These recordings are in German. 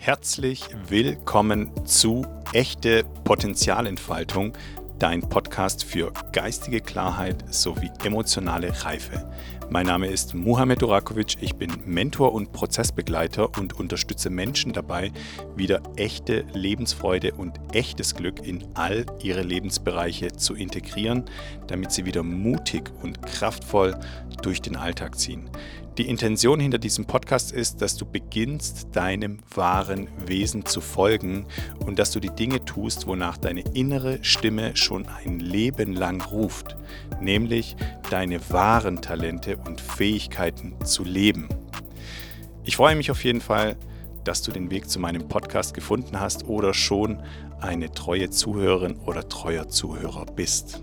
Herzlich willkommen zu Echte Potenzialentfaltung, dein Podcast für geistige Klarheit sowie emotionale Reife. Mein Name ist Muhammad Durakovic, ich bin Mentor und Prozessbegleiter und unterstütze Menschen dabei, wieder echte Lebensfreude und echtes Glück in all ihre Lebensbereiche zu integrieren, damit sie wieder mutig und kraftvoll durch den Alltag ziehen. Die Intention hinter diesem Podcast ist, dass du beginnst, deinem wahren Wesen zu folgen und dass du die Dinge tust, wonach deine innere Stimme schon ein Leben lang ruft, nämlich deine wahren Talente und Fähigkeiten zu leben. Ich freue mich auf jeden Fall, dass du den Weg zu meinem Podcast gefunden hast oder schon eine treue Zuhörerin oder treuer Zuhörer bist.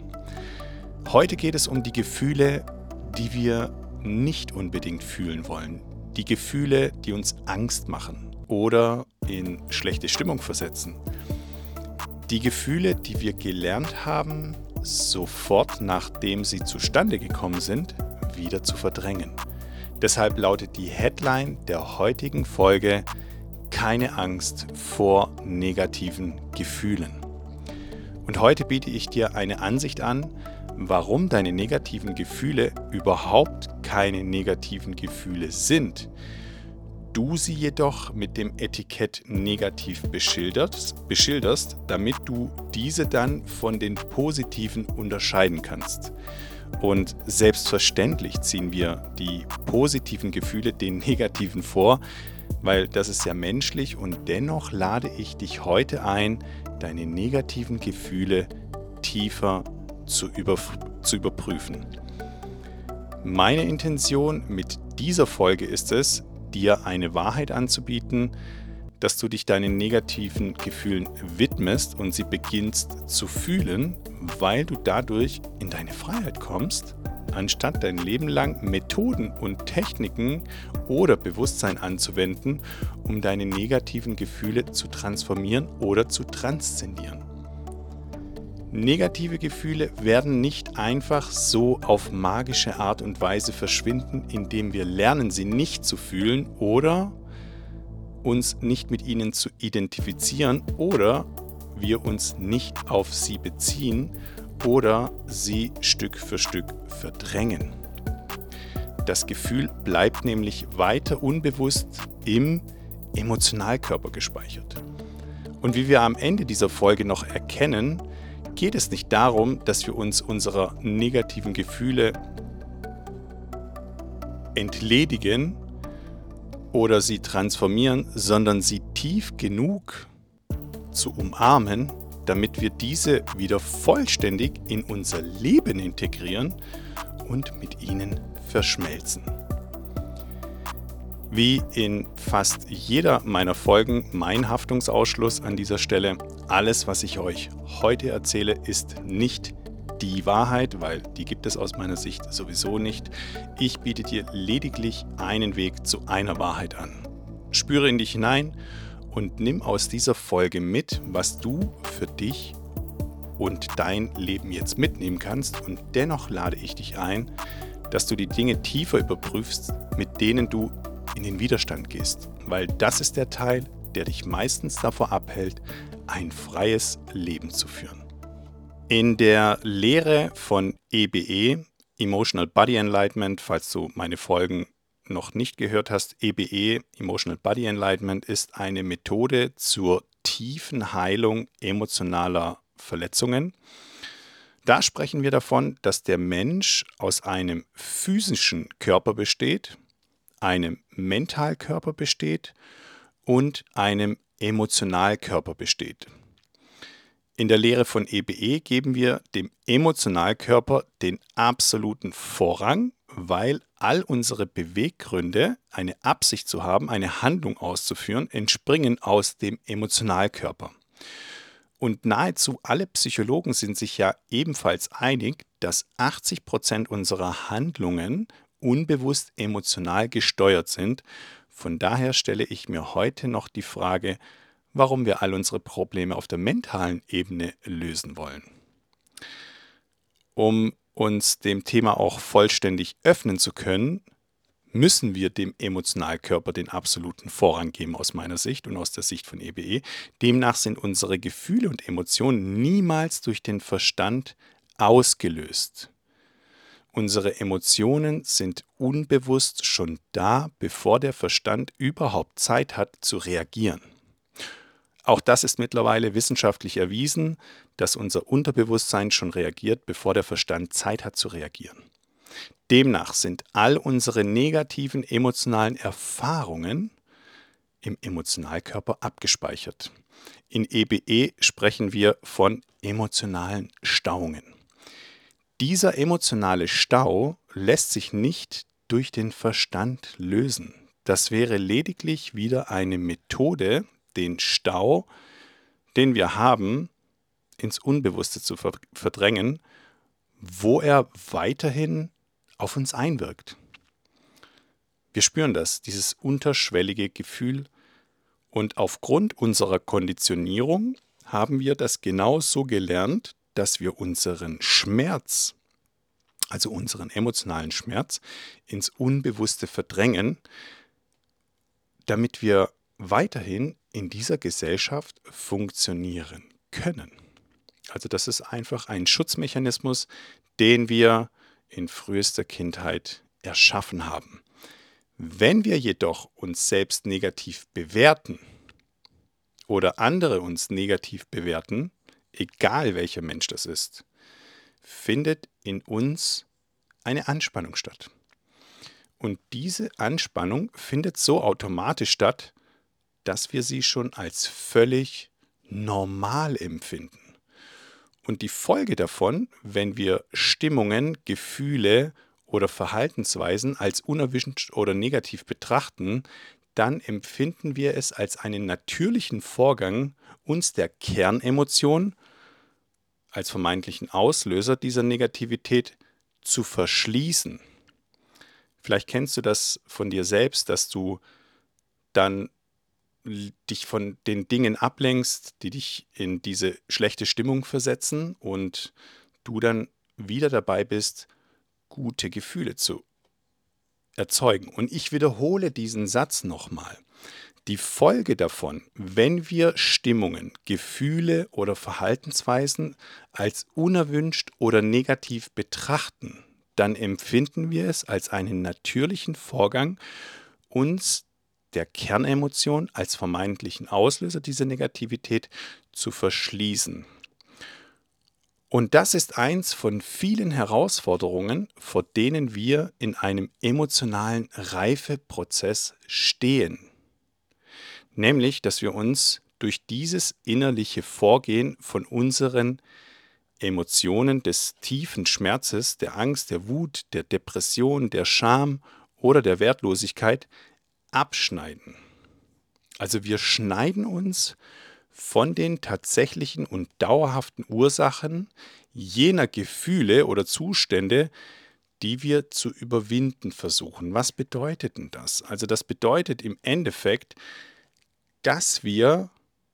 Heute geht es um die Gefühle, die wir nicht unbedingt fühlen wollen. Die Gefühle, die uns Angst machen oder in schlechte Stimmung versetzen. Die Gefühle, die wir gelernt haben, sofort nachdem sie zustande gekommen sind, wieder zu verdrängen. Deshalb lautet die Headline der heutigen Folge: Keine Angst vor negativen Gefühlen. Und heute biete ich dir eine Ansicht an, warum deine negativen Gefühle überhaupt keine negativen Gefühle sind. Du sie jedoch mit dem Etikett negativ beschilderst, damit du diese dann von den positiven unterscheiden kannst. Und selbstverständlich ziehen wir die positiven Gefühle den negativen vor, weil das ist ja menschlich, und dennoch lade ich dich heute ein, deine negativen Gefühle tiefer zu überprüfen. Meine Intention mit dieser Folge ist es, dir eine Wahrheit anzubieten, dass du dich deinen negativen Gefühlen widmest und sie beginnst zu fühlen, weil du dadurch in deine Freiheit kommst, anstatt dein Leben lang Methoden und Techniken oder Bewusstsein anzuwenden, um deine negativen Gefühle zu transformieren oder zu transzendieren. Negative Gefühle werden nicht einfach so auf magische Art und Weise verschwinden, indem wir lernen, sie nicht zu fühlen oder uns nicht mit ihnen zu identifizieren oder wir uns nicht auf sie beziehen oder sie Stück für Stück verdrängen. Das Gefühl bleibt nämlich weiter unbewusst im Emotionalkörper gespeichert. Und wie wir am Ende dieser Folge noch erkennen, geht es nicht darum, dass wir uns unserer negativen Gefühle entledigen oder sie transformieren, sondern sie tief genug zu umarmen, damit wir diese wieder vollständig in unser Leben integrieren und mit ihnen verschmelzen. Wie in fast jeder meiner Folgen mein Haftungsausschluss an dieser Stelle: Alles, was ich euch heute erzähle, ist nicht die Wahrheit, weil die gibt es aus meiner Sicht sowieso nicht. Ich biete dir lediglich einen Weg zu einer Wahrheit an. Spüre in dich hinein und nimm aus dieser Folge mit, was du für dich und dein Leben jetzt mitnehmen kannst, und dennoch lade ich dich ein, dass du die Dinge tiefer überprüfst, mit denen du in den Widerstand gehst, weil das ist der Teil, der dich meistens davor abhält, ein freies Leben zu führen. In der Lehre von EBE, Emotional Body Enlightenment, falls du meine Folgen noch nicht gehört hast, EBE, Emotional Body Enlightenment, ist eine Methode zur tiefen Heilung emotionaler Verletzungen. Da sprechen wir davon, dass der Mensch aus einem physischen Körper besteht, einem Mentalkörper besteht und einem Emotionalkörper besteht. In der Lehre von EBE geben wir dem Emotionalkörper den absoluten Vorrang, weil all unsere Beweggründe, eine Absicht zu haben, eine Handlung auszuführen, entspringen aus dem Emotionalkörper. Und nahezu alle Psychologen sind sich ja ebenfalls einig, dass 80% unserer Handlungen unbewusst emotional gesteuert sind. Von daher stelle ich mir heute noch die Frage, warum wir all unsere Probleme auf der mentalen Ebene lösen wollen. Um uns dem Thema auch vollständig öffnen zu können, müssen wir dem Emotionalkörper den absoluten Vorrang geben aus meiner Sicht und aus der Sicht von EBE. Demnach sind unsere Gefühle und Emotionen niemals durch den Verstand ausgelöst. Unsere Emotionen sind unbewusst schon da, bevor der Verstand überhaupt Zeit hat zu reagieren. Auch das ist mittlerweile wissenschaftlich erwiesen, dass unser Unterbewusstsein schon reagiert, bevor der Verstand Zeit hat zu reagieren. Demnach sind all unsere negativen emotionalen Erfahrungen im Emotionalkörper abgespeichert. In EBE sprechen wir von emotionalen Stauungen. Dieser emotionale Stau lässt sich nicht durch den Verstand lösen. Das wäre lediglich wieder eine Methode, den Stau, den wir haben, ins Unbewusste zu verdrängen, wo er weiterhin auf uns einwirkt. Wir spüren das, dieses unterschwellige Gefühl, und aufgrund unserer Konditionierung haben wir das genauso gelernt, dass wir unseren Schmerz, also unseren emotionalen Schmerz, ins Unbewusste verdrängen, damit wir weiterhin in dieser Gesellschaft funktionieren können. Also das ist einfach ein Schutzmechanismus, den wir in frühester Kindheit erschaffen haben. Wenn wir jedoch uns selbst negativ bewerten oder andere uns negativ bewerten, egal welcher Mensch das ist, findet in uns eine Anspannung statt. Und diese Anspannung findet so automatisch statt, dass wir sie schon als völlig normal empfinden. Und die Folge davon, wenn wir Stimmungen, Gefühle oder Verhaltensweisen als unerwünscht oder negativ betrachten, dann empfinden wir es als einen natürlichen Vorgang, uns der Kernemotion als vermeintlichen Auslöser dieser Negativität zu verschließen. Vielleicht kennst du das von dir selbst, dass du dann dich von den Dingen ablenkst, die dich in diese schlechte Stimmung versetzen und du dann wieder dabei bist, gute Gefühle zu erzeugen. Und ich wiederhole diesen Satz nochmal. Die Folge davon, wenn wir Stimmungen, Gefühle oder Verhaltensweisen als unerwünscht oder negativ betrachten, dann empfinden wir es als einen natürlichen Vorgang, uns der Kernemotion als vermeintlichen Auslöser dieser Negativität zu verschließen. Und das ist eins von vielen Herausforderungen, vor denen wir in einem emotionalen Reifeprozess stehen. Nämlich, dass wir uns durch dieses innerliche Vorgehen von unseren Emotionen des tiefen Schmerzes, der Angst, der Wut, der Depression, der Scham oder der Wertlosigkeit abschneiden. Also wir schneiden uns von den tatsächlichen und dauerhaften Ursachen jener Gefühle oder Zustände, die wir zu überwinden versuchen. Was bedeutet denn das? Also das bedeutet im Endeffekt, dass wir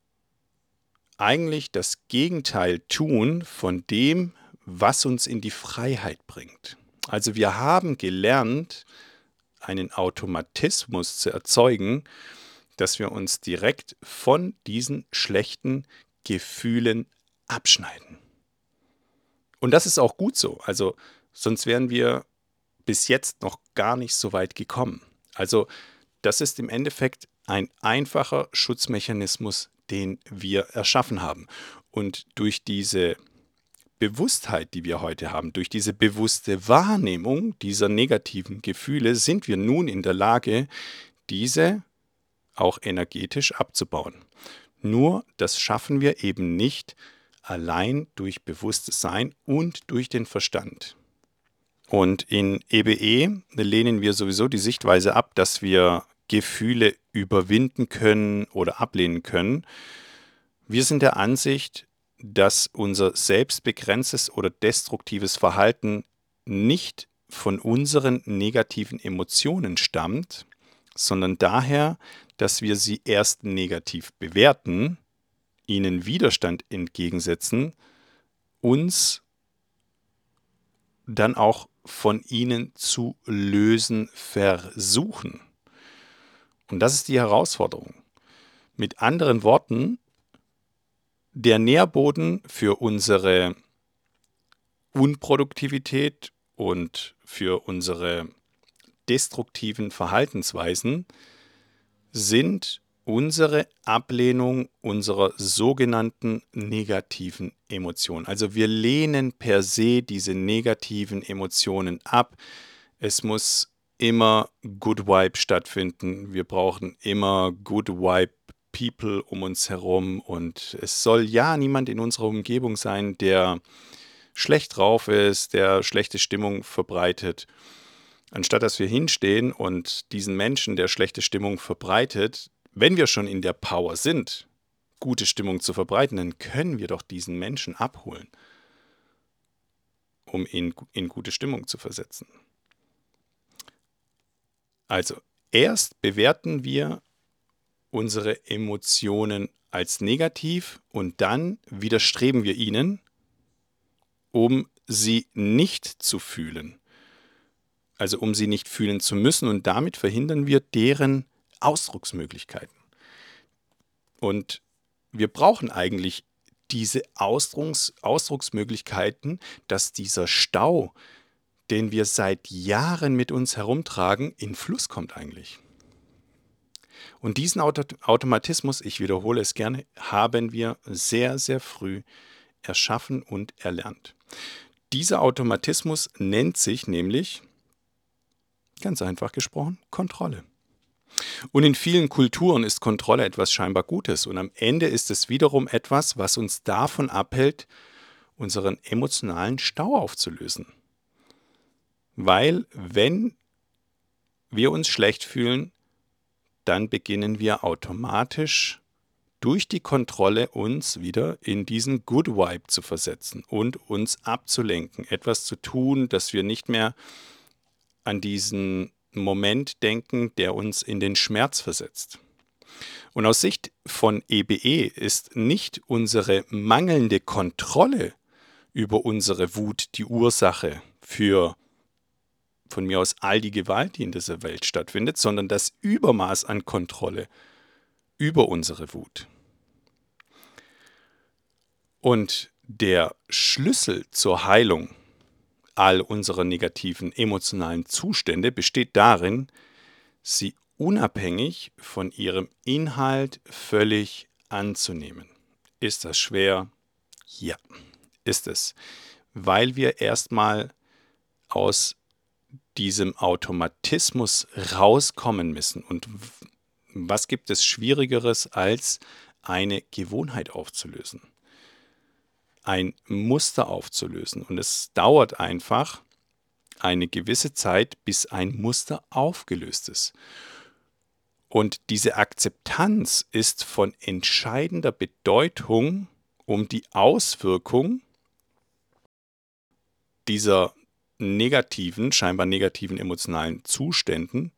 eigentlich das Gegenteil tun von dem, was uns in die Freiheit bringt. Also wir haben gelernt, einen Automatismus zu erzeugen, dass wir uns direkt von diesen schlechten Gefühlen abschneiden. Und das ist auch gut so. Also sonst wären wir bis jetzt noch gar nicht so weit gekommen. Also das ist im Endeffekt ein einfacher Schutzmechanismus, den wir erschaffen haben. Und durch diese Bewusstheit, die wir heute haben, durch diese bewusste Wahrnehmung dieser negativen Gefühle, sind wir nun in der Lage, diese auch energetisch abzubauen. Nur das schaffen wir eben nicht allein durch Bewusstsein und durch den Verstand. Und in EBE lehnen wir sowieso die Sichtweise ab, dass wir Gefühle überwinden können oder ablehnen können. Wir sind der Ansicht, dass unser selbstbegrenztes oder destruktives Verhalten nicht von unseren negativen Emotionen stammt, sondern daher, dass wir sie erst negativ bewerten, ihnen Widerstand entgegensetzen, uns dann auch von ihnen zu lösen versuchen. Und das ist die Herausforderung. Mit anderen Worten, der Nährboden für unsere Unproduktivität und für unsere destruktiven Verhaltensweisen sind unsere Ablehnung unserer sogenannten negativen Emotionen. Also wir lehnen per se diese negativen Emotionen ab. Es muss immer Good Vibe stattfinden. Wir brauchen immer Good Vibe People um uns herum und es soll ja niemand in unserer Umgebung sein, der schlecht drauf ist, der schlechte Stimmung verbreitet. Anstatt dass wir hinstehen und diesen Menschen, der schlechte Stimmung verbreitet, wenn wir schon in der Power sind, gute Stimmung zu verbreiten, dann können wir doch diesen Menschen abholen, um ihn in gute Stimmung zu versetzen. Also, erst bewerten wir unsere Emotionen als negativ und dann widerstreben wir ihnen, um sie nicht zu fühlen. Also um sie nicht fühlen zu müssen und damit verhindern wir deren Ausdrucksmöglichkeiten. Und wir brauchen eigentlich diese Ausdrucksmöglichkeiten, dass dieser Stau, den wir seit Jahren mit uns herumtragen, in Fluss kommt eigentlich. Und diesen Automatismus, ich wiederhole es gerne, haben wir sehr, sehr früh erschaffen und erlernt. Dieser Automatismus nennt sich nämlich, ganz einfach gesprochen, Kontrolle. Und in vielen Kulturen ist Kontrolle etwas scheinbar Gutes und am Ende ist es wiederum etwas, was uns davon abhält, unseren emotionalen Stau aufzulösen. Weil wenn wir uns schlecht fühlen, dann beginnen wir automatisch durch die Kontrolle uns wieder in diesen Good Vibe zu versetzen und uns abzulenken, etwas zu tun, dass wir nicht mehr an diesen Moment denken, der uns in den Schmerz versetzt. Und aus Sicht von EBE ist nicht unsere mangelnde Kontrolle über unsere Wut die Ursache für von mir aus all die Gewalt, die in dieser Welt stattfindet, sondern das Übermaß an Kontrolle über unsere Wut. Und der Schlüssel zur Heilung all unserer negativen emotionalen Zustände besteht darin, sie unabhängig von ihrem Inhalt völlig anzunehmen. Ist das schwer? Ja, ist es. Weil wir erstmal aus diesem Automatismus rauskommen müssen. Und was gibt es Schwierigeres, als eine Gewohnheit aufzulösen? Ein Muster aufzulösen. Und es dauert einfach eine gewisse Zeit, bis ein Muster aufgelöst ist. Und diese Akzeptanz ist von entscheidender Bedeutung, um die Auswirkung dieser scheinbar negativen emotionalen Zuständen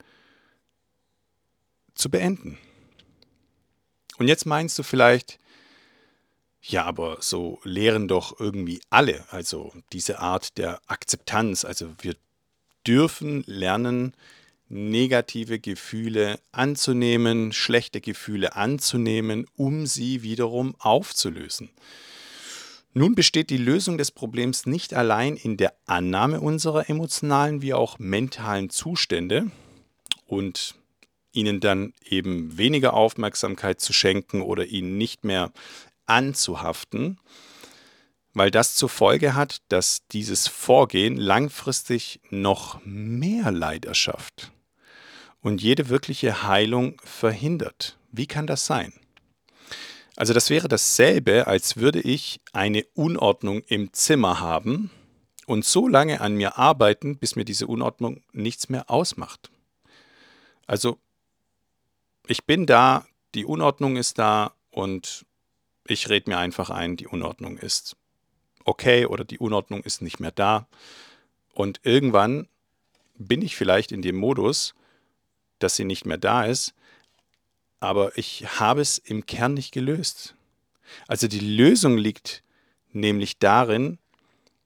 zu beenden. Und jetzt meinst du vielleicht, ja, aber so lehren doch irgendwie alle, also diese Art der Akzeptanz. Also wir dürfen lernen, negative Gefühle anzunehmen, schlechte Gefühle anzunehmen, um sie wiederum aufzulösen. Nun besteht die Lösung des Problems nicht allein in der Annahme unserer emotionalen wie auch mentalen Zustände und ihnen dann eben weniger Aufmerksamkeit zu schenken oder ihnen nicht mehr anzuhaften, weil das zur Folge hat, dass dieses Vorgehen langfristig noch mehr Leid erschafft und jede wirkliche Heilung verhindert. Wie kann das sein? Also das wäre dasselbe, als würde ich eine Unordnung im Zimmer haben und so lange an mir arbeiten, bis mir diese Unordnung nichts mehr ausmacht. Also ich bin da, die Unordnung ist da und ich rede mir einfach ein, die Unordnung ist okay oder die Unordnung ist nicht mehr da. Und irgendwann bin ich vielleicht in dem Modus, dass sie nicht mehr da ist, aber ich habe es im Kern nicht gelöst. Also die Lösung liegt nämlich darin,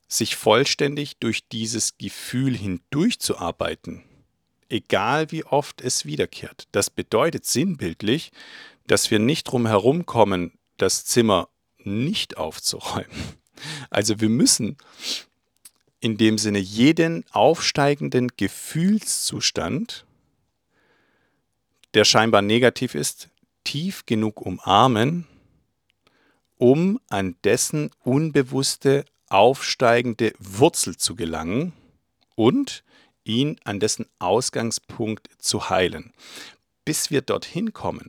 sich vollständig durch dieses Gefühl hindurchzuarbeiten, egal wie oft es wiederkehrt. Das bedeutet sinnbildlich, dass wir nicht drum herum kommen, das Zimmer nicht aufzuräumen. Also wir müssen in dem Sinne jeden aufsteigenden Gefühlszustand, der scheinbar negativ ist, tief genug umarmen, um an dessen unbewusste, aufsteigende Wurzel zu gelangen und ihn an dessen Ausgangspunkt zu heilen. Bis wir dorthin kommen,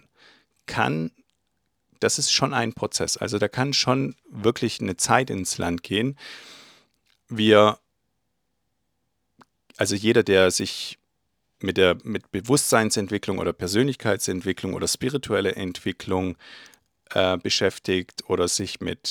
das ist schon ein Prozess. Also da kann schon wirklich eine Zeit ins Land gehen. Also jeder, der sich mit Bewusstseinsentwicklung oder Persönlichkeitsentwicklung oder spirituelle Entwicklung beschäftigt oder sich mit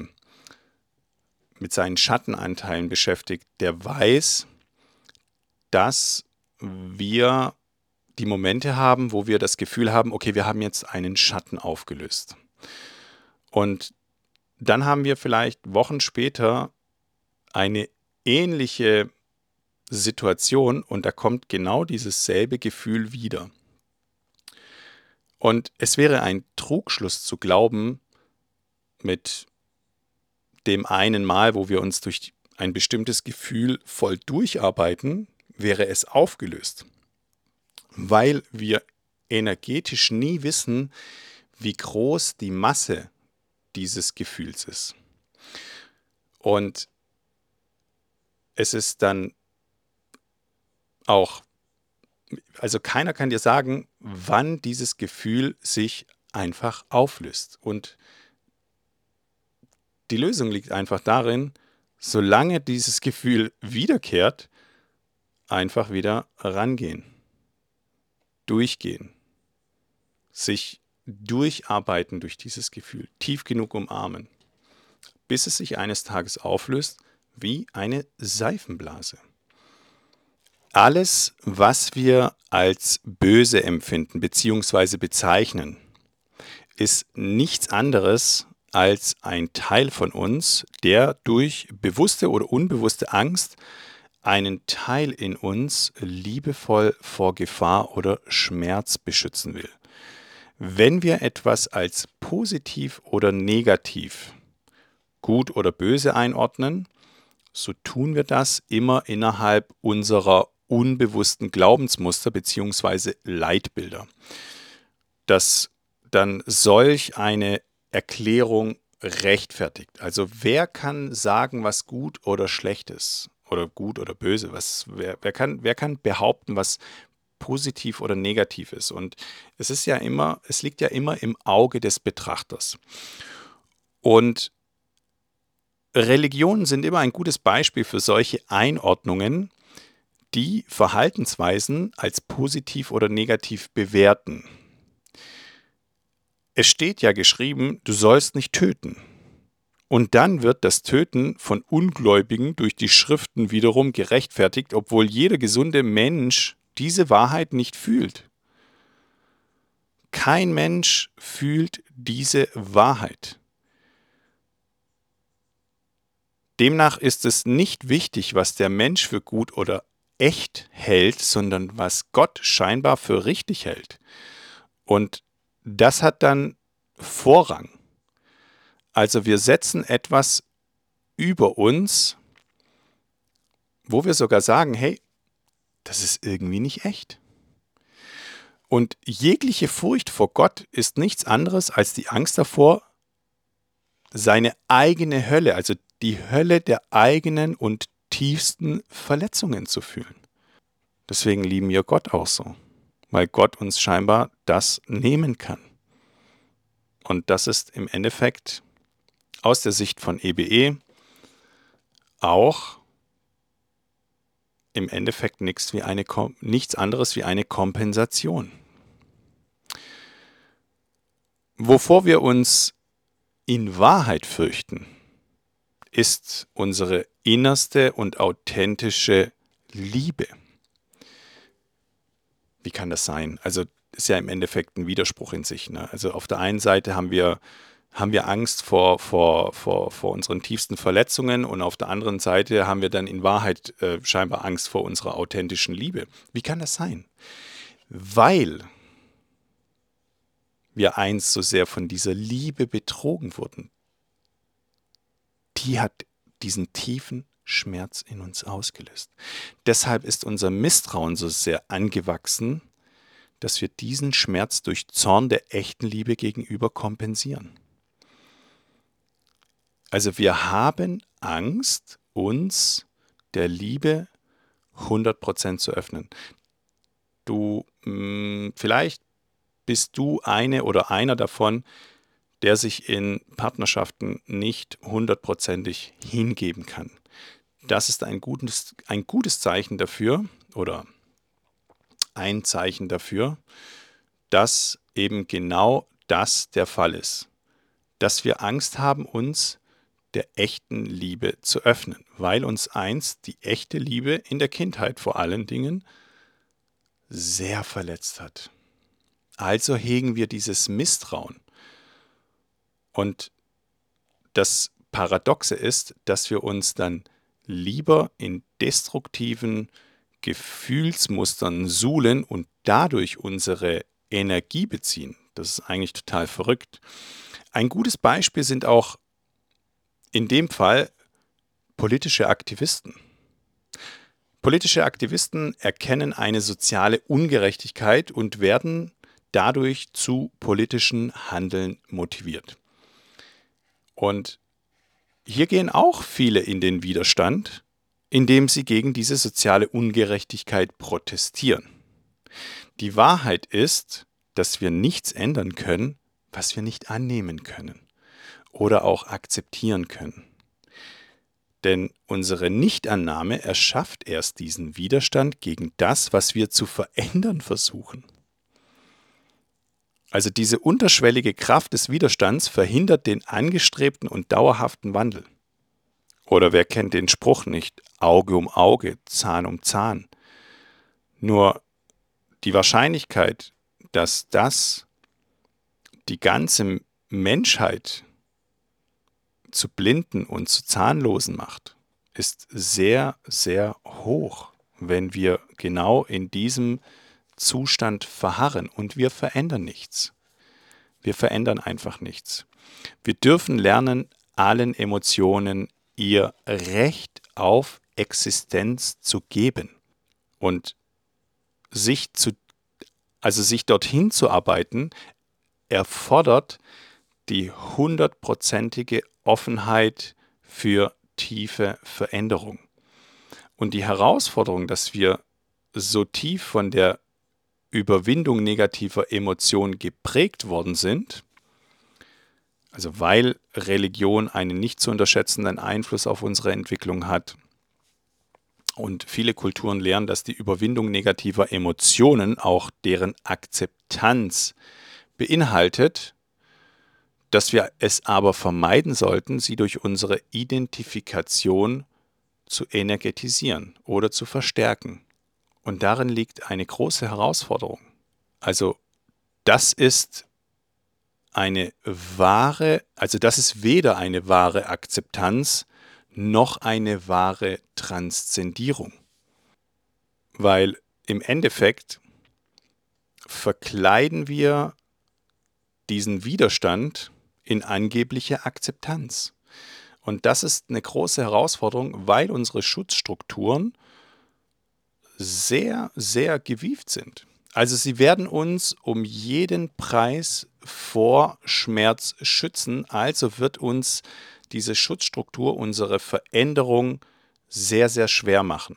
seinen Schattenanteilen beschäftigt, der weiß, dass wir die Momente haben, wo wir das Gefühl haben, okay, wir haben jetzt einen Schatten aufgelöst. Und dann haben wir vielleicht Wochen später eine ähnliche Situation und da kommt genau dieses selbe Gefühl wieder. Und es wäre ein Trugschluss zu glauben, mit dem einen Mal, wo wir uns durch ein bestimmtes Gefühl voll durcharbeiten, wäre es aufgelöst. Weil wir energetisch nie wissen, wie groß die Masse dieses Gefühls ist. Und es ist dann auch, also keiner kann dir sagen, wann dieses Gefühl sich einfach auflöst. Und die Lösung liegt einfach darin, solange dieses Gefühl wiederkehrt, einfach wieder rangehen, durchgehen, sich durcharbeiten durch dieses Gefühl, tief genug umarmen, bis es sich eines Tages auflöst wie eine Seifenblase. Alles, was wir als böse empfinden bzw. bezeichnen, ist nichts anderes als ein Teil von uns, der durch bewusste oder unbewusste Angst einen Teil in uns liebevoll vor Gefahr oder Schmerz beschützen will. Wenn wir etwas als positiv oder negativ, gut oder böse einordnen, so tun wir das immer innerhalb unserer unbewussten Glaubensmuster bzw. Leitbilder. Dass dann solch eine Erklärung rechtfertigt. Also wer kann sagen, was gut oder schlecht ist? Oder gut oder böse? Wer kann behaupten, was positiv oder negativ ist? Und es liegt ja immer im Auge des Betrachters. Und Religionen sind immer ein gutes Beispiel für solche Einordnungen, die Verhaltensweisen als positiv oder negativ bewerten. Es steht ja geschrieben, du sollst nicht töten. Und dann wird das Töten von Ungläubigen durch die Schriften wiederum gerechtfertigt, obwohl jeder gesunde Mensch diese Wahrheit nicht fühlt. Kein Mensch fühlt diese Wahrheit. Demnach ist es nicht wichtig, was der Mensch für gut oder echt hält, sondern was Gott scheinbar für richtig hält. Und das hat dann Vorrang. Also wir setzen etwas über uns, wo wir sogar sagen, hey, das ist irgendwie nicht echt. Und jegliche Furcht vor Gott ist nichts anderes als die Angst davor, seine eigene Hölle, also die Hölle der eigenen und tiefsten Verletzungen zu fühlen. Deswegen lieben wir Gott auch so, weil Gott uns scheinbar das nehmen kann. Und das ist im Endeffekt aus der Sicht von EBE auch im Endeffekt nichts anderes wie eine Kompensation. Wovor wir uns in Wahrheit fürchten, ist unsere innerste und authentische Liebe. Wie kann das sein? Also ist ja im Endeffekt ein Widerspruch in sich. Ne? Also auf der einen Seite haben wir haben wir Angst vor unseren tiefsten Verletzungen und auf der anderen Seite haben wir dann in Wahrheit scheinbar Angst vor unserer authentischen Liebe. Wie kann das sein? Weil wir einst so sehr von dieser Liebe betrogen wurden. Die hat diesen tiefen Schmerz in uns ausgelöst. Deshalb ist unser Misstrauen so sehr angewachsen, dass wir diesen Schmerz durch Zorn der echten Liebe gegenüber kompensieren. Also wir haben Angst, uns der Liebe 100% zu öffnen. Vielleicht bist du eine oder einer davon, der sich in Partnerschaften nicht 100%ig hingeben kann. Das ist ein gutes Zeichen dafür oder ein Zeichen dafür, dass eben genau das der Fall ist. Dass wir Angst haben, uns der echten Liebe zu öffnen, weil uns einst die echte Liebe in der Kindheit vor allen Dingen sehr verletzt hat. Also hegen wir dieses Misstrauen. Und das Paradoxe ist, dass wir uns dann lieber in destruktiven Gefühlsmustern suhlen und dadurch unsere Energie beziehen. Das ist eigentlich total verrückt. Ein gutes Beispiel sind auch in dem Fall politische Aktivisten. Politische Aktivisten erkennen eine soziale Ungerechtigkeit und werden dadurch zu politischem Handeln motiviert. Und hier gehen auch viele in den Widerstand, indem sie gegen diese soziale Ungerechtigkeit protestieren. Die Wahrheit ist, dass wir nichts ändern können, was wir nicht annehmen können oder auch akzeptieren können. Denn unsere Nichtannahme erschafft erst diesen Widerstand gegen das, was wir zu verändern versuchen. Also diese unterschwellige Kraft des Widerstands verhindert den angestrebten und dauerhaften Wandel. Oder wer kennt den Spruch nicht? Auge um Auge, Zahn um Zahn. Nur die Wahrscheinlichkeit, dass das die ganze Menschheit zu Blinden und zu Zahnlosen macht, ist sehr, sehr hoch, wenn wir genau in diesem Zustand verharren und wir verändern nichts. Wir verändern einfach nichts. Wir dürfen lernen, allen Emotionen ihr Recht auf Existenz zu geben und sich dorthin zu arbeiten, erfordert die 100%ige Offenheit für tiefe Veränderung. Und die Herausforderung, dass wir so tief von der Überwindung negativer Emotionen geprägt worden sind, also weil Religion einen nicht zu unterschätzenden Einfluss auf unsere Entwicklung hat und viele Kulturen lehren, dass die Überwindung negativer Emotionen auch deren Akzeptanz beinhaltet, dass wir es aber vermeiden sollten, sie durch unsere Identifikation zu energetisieren oder zu verstärken. Und darin liegt eine große Herausforderung. Also das ist weder eine wahre Akzeptanz noch eine wahre Transzendierung. Weil im Endeffekt verkleiden wir diesen Widerstand in angebliche Akzeptanz. Und das ist eine große Herausforderung, weil unsere Schutzstrukturen sehr, sehr gewieft sind. Also sie werden uns um jeden Preis vor Schmerz schützen, also wird uns diese Schutzstruktur unsere Veränderung sehr, sehr schwer machen.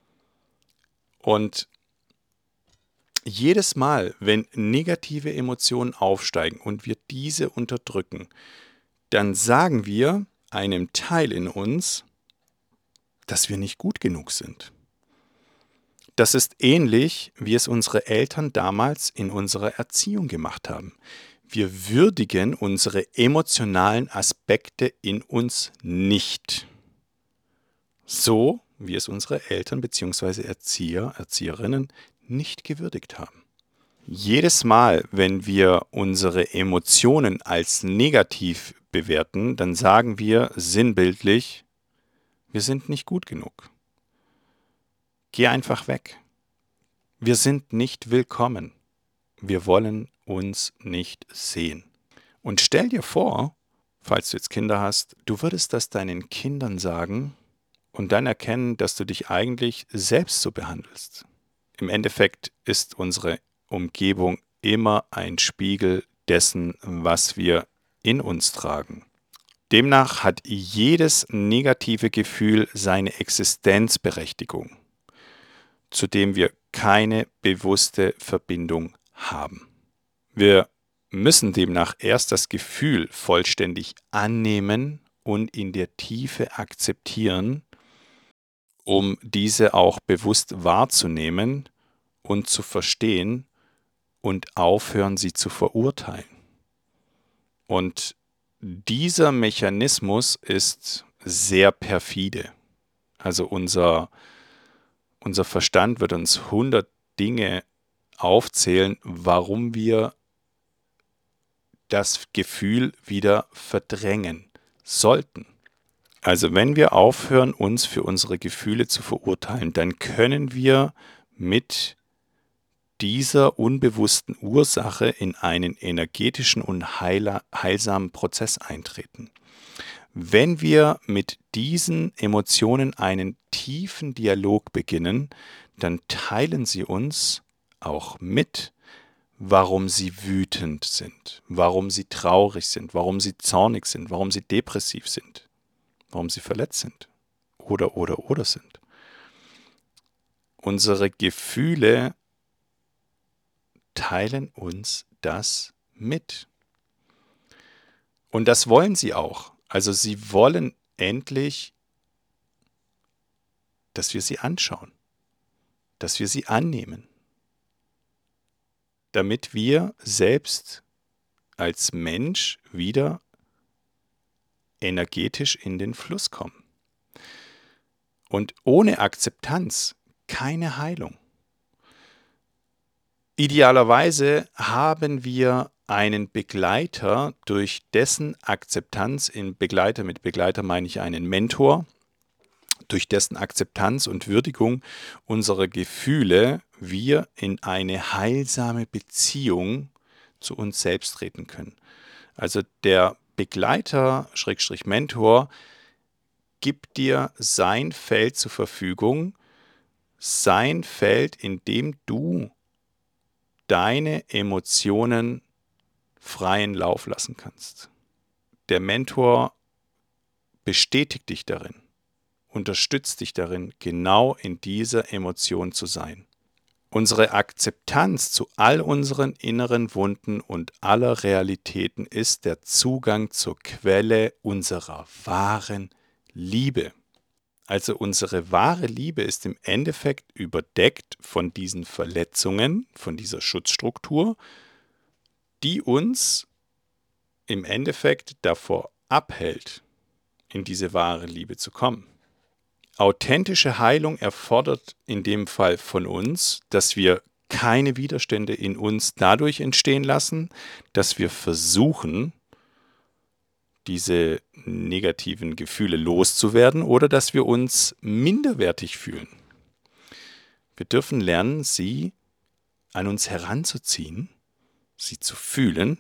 Und jedes Mal, wenn negative Emotionen aufsteigen und wir diese unterdrücken, dann sagen wir einem Teil in uns, dass wir nicht gut genug sind. Das ist ähnlich, wie es unsere Eltern damals in unserer Erziehung gemacht haben. Wir würdigen unsere emotionalen Aspekte in uns nicht. So, wie es unsere Eltern bzw. Erzieher, Erzieherinnen nicht gewürdigt haben. Jedes Mal, wenn wir unsere Emotionen als negativ bewerten, dann sagen wir sinnbildlich, wir sind nicht gut genug. Geh einfach weg. Wir sind nicht willkommen. Wir wollen uns nicht sehen. Und stell dir vor, falls du jetzt Kinder hast, du würdest das deinen Kindern sagen und dann erkennen, dass du dich eigentlich selbst so behandelst. Im Endeffekt ist unsere Umgebung immer ein Spiegel dessen, was wir in uns tragen. Demnach hat jedes negative Gefühl seine Existenzberechtigung, zu dem wir keine bewusste Verbindung haben. Wir müssen demnach erst das Gefühl vollständig annehmen und in der Tiefe akzeptieren, um diese auch bewusst wahrzunehmen und zu verstehen und aufhören, sie zu verurteilen. Und dieser Mechanismus ist sehr perfide. Also unser Verstand wird uns 100 Dinge aufzählen, warum wir das Gefühl wieder verdrängen sollten. Also wenn wir aufhören, uns für unsere Gefühle zu verurteilen, dann können wir mit dieser unbewussten Ursache in einen energetischen und heilsamen Prozess eintreten. Wenn wir mit diesen Emotionen einen tiefen Dialog beginnen, dann teilen sie uns auch mit, warum sie wütend sind, warum sie traurig sind, warum sie zornig sind, warum sie depressiv sind, warum sie verletzt sind oder sind. Unsere Gefühle teilen uns das mit. Und das wollen sie auch. Also sie wollen endlich, dass wir sie anschauen, dass wir sie annehmen, damit wir selbst als Mensch wieder energetisch in den Fluss kommen. Und ohne Akzeptanz keine Heilung. Idealerweise haben wir einen Begleiter, durch dessen Akzeptanz, in Begleiter, mit Begleiter meine ich einen Mentor, durch dessen Akzeptanz und Würdigung unserer Gefühle wir in eine heilsame Beziehung zu uns selbst treten können. Also der Begleiter, Schrägstrich Mentor, gibt dir sein Feld zur Verfügung, sein Feld, in dem du deine Emotionen freien Lauf lassen kannst. Der Mentor bestätigt dich darin, unterstützt dich darin, genau in dieser Emotion zu sein. Unsere Akzeptanz zu all unseren inneren Wunden und aller Realitäten ist der Zugang zur Quelle unserer wahren Liebe. Also unsere wahre Liebe ist im Endeffekt überdeckt von diesen Verletzungen, von dieser Schutzstruktur, die uns im Endeffekt davor abhält, in diese wahre Liebe zu kommen. Authentische Heilung erfordert in dem Fall von uns, dass wir keine Widerstände in uns dadurch entstehen lassen, dass wir versuchen, diese negativen Gefühle loszuwerden oder dass wir uns minderwertig fühlen. Wir dürfen lernen, sie an uns heranzuziehen, sie zu fühlen.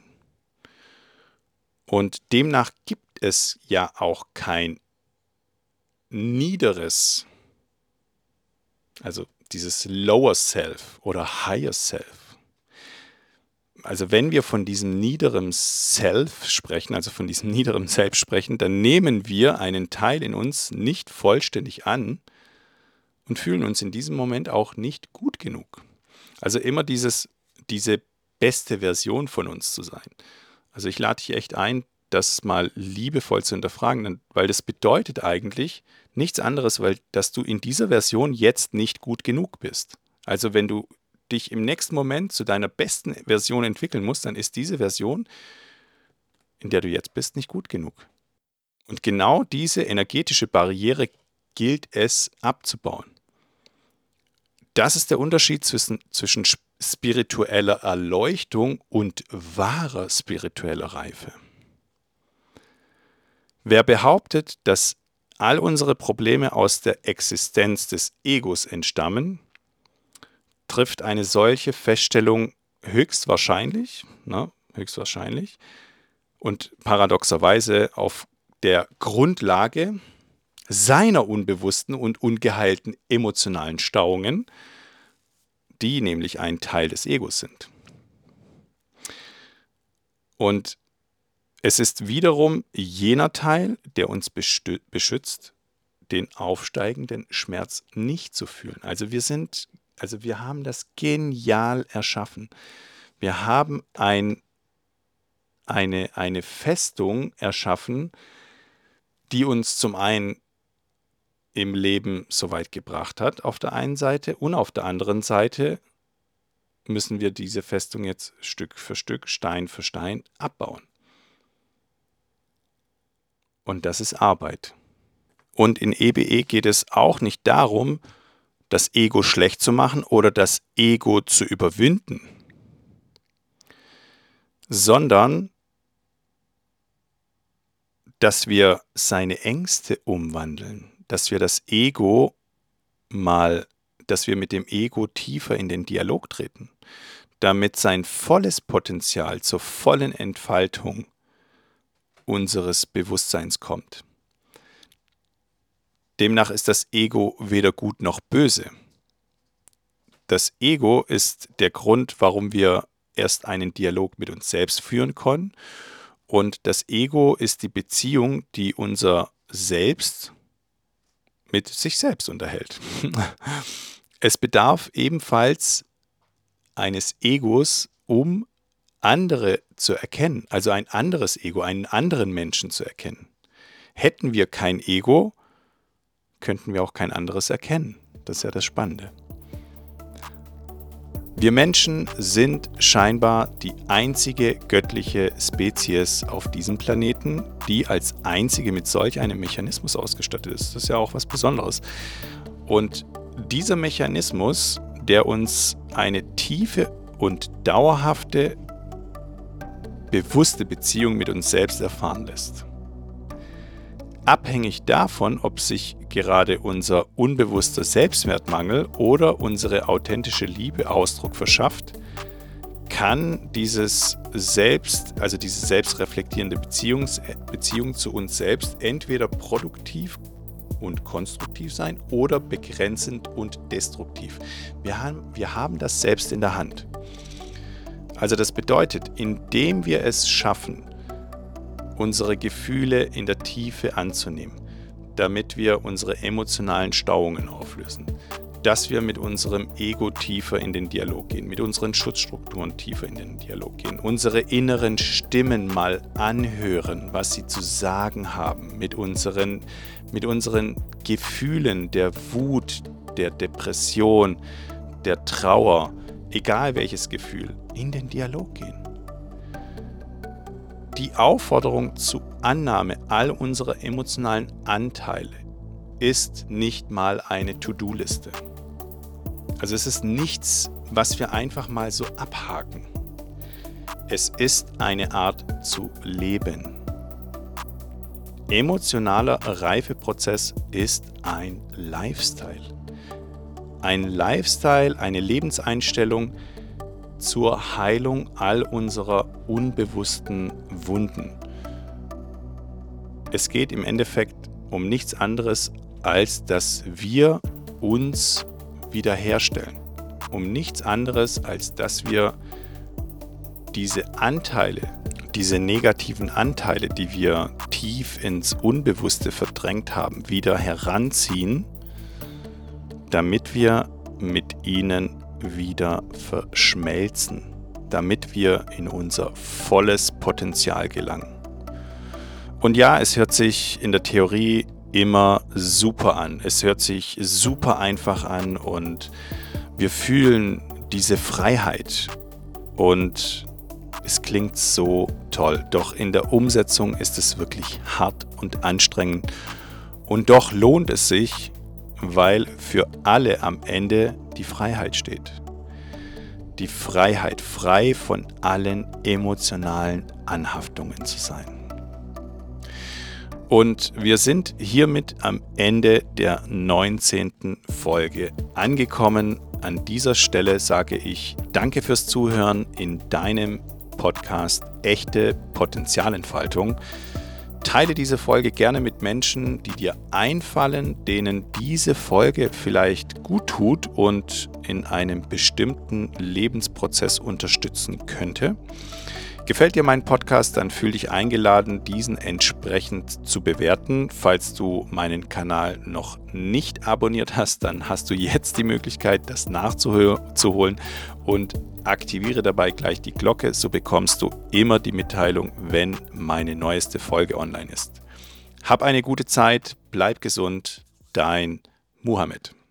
Und demnach gibt es ja auch kein niederes, also dieses Lower Self oder Higher Self. Also wenn wir von diesem niederen Self sprechen, also von diesem niederen Selbst sprechen, dann nehmen wir einen Teil in uns nicht vollständig an und fühlen uns in diesem Moment auch nicht gut genug. Also immer diese beste Version von uns zu sein. Also ich lade dich echt ein, das mal liebevoll zu hinterfragen, weil das bedeutet eigentlich nichts anderes, dass du in dieser Version jetzt nicht gut genug bist. Also wenn du dich im nächsten Moment zu deiner besten Version entwickeln musst, dann ist diese Version, in der du jetzt bist, nicht gut genug. Und genau diese energetische Barriere gilt es abzubauen. Das ist der Unterschied zwischen spiritueller Erleuchtung und wahrer spiritueller Reife. Wer behauptet, dass all unsere Probleme aus der Existenz des Egos entstammen, trifft eine solche Feststellung höchstwahrscheinlich und paradoxerweise auf der Grundlage seiner unbewussten und ungeheilten emotionalen Stauungen, die nämlich ein Teil des Egos sind. Und es ist wiederum jener Teil, der uns beschützt, den aufsteigenden Schmerz nicht zu fühlen. Also wir haben das genial erschaffen. Wir haben eine Festung erschaffen, die uns zum einen im Leben so weit gebracht hat, auf der einen Seite, und auf der anderen Seite müssen wir diese Festung jetzt Stück für Stück, Stein für Stein abbauen. Und das ist Arbeit. Und in EBE geht es auch nicht darum, das Ego schlecht zu machen oder das Ego zu überwinden, sondern dass wir seine Ängste umwandeln, dass wir dass wir mit dem Ego tiefer in den Dialog treten, damit sein volles Potenzial zur vollen Entfaltung unseres Bewusstseins kommt. Demnach ist das Ego weder gut noch böse. Das Ego ist der Grund, warum wir erst einen Dialog mit uns selbst führen können. Und das Ego ist die Beziehung, die unser Selbst mit sich selbst unterhält. Es bedarf ebenfalls eines Egos, um andere zu erkennen, also ein anderes Ego, einen anderen Menschen zu erkennen. Hätten wir kein Ego, könnten wir auch kein anderes erkennen. Das ist ja das Spannende. Wir Menschen sind scheinbar die einzige göttliche Spezies auf diesem Planeten, die als einzige mit solch einem Mechanismus ausgestattet ist. Das ist ja auch was Besonderes. Und dieser Mechanismus, der uns eine tiefe und dauerhafte, bewusste Beziehung mit uns selbst erfahren lässt. Abhängig davon, ob sich gerade unser unbewusster Selbstwertmangel oder unsere authentische Liebe Ausdruck verschafft, kann diese selbstreflektierende Beziehung zu uns selbst entweder produktiv und konstruktiv sein oder begrenzend und destruktiv. Wir haben das selbst in der Hand. Also das bedeutet, indem wir es schaffen, unsere Gefühle in der Tiefe anzunehmen, damit wir unsere emotionalen Stauungen auflösen, dass wir mit unserem Ego tiefer in den Dialog gehen, mit unseren Schutzstrukturen tiefer in den Dialog gehen, unsere inneren Stimmen mal anhören, was sie zu sagen haben, mit unseren Gefühlen der Wut, der Depression, der Trauer, egal welches Gefühl, in den Dialog gehen. Die Aufforderung zur Annahme all unserer emotionalen Anteile ist nicht mal eine To-Do-Liste. Also es ist nichts, was wir einfach mal so abhaken. Es ist eine Art zu leben. Emotionaler Reifeprozess ist ein Lifestyle. Ein Lifestyle, eine Lebenseinstellung zur Heilung all unserer unbewussten Wunden. Es geht im Endeffekt um nichts anderes, als dass wir uns wiederherstellen. Um nichts anderes, als dass wir diese Anteile, diese negativen Anteile, die wir tief ins Unbewusste verdrängt haben, wieder heranziehen, damit wir mit ihnen wieder verschmelzen, damit wir in unser volles Potenzial gelangen. Und ja, es hört sich in der Theorie immer super an. Es hört sich super einfach an und wir fühlen diese Freiheit und es klingt so toll. Doch in der Umsetzung ist es wirklich hart und anstrengend und doch lohnt es sich, weil für alle am Ende die Freiheit steht. die Freiheit, frei von allen emotionalen Anhaftungen zu sein. Und wir sind hiermit am Ende der 19. Folge angekommen. An dieser Stelle sage ich danke fürs Zuhören in deinem Podcast Echte Potenzialentfaltung. Teile diese Folge gerne mit Menschen, die dir einfallen, denen diese Folge vielleicht gut tut und in einem bestimmten Lebensprozess unterstützen könnte. Gefällt dir mein Podcast, dann fühl dich eingeladen, diesen entsprechend zu bewerten. Falls du meinen Kanal noch nicht abonniert hast, dann hast du jetzt die Möglichkeit, das nachzuholen und aktiviere dabei gleich die Glocke, so bekommst du immer die Mitteilung, wenn meine neueste Folge online ist. Hab eine gute Zeit, bleib gesund, dein Muhammad.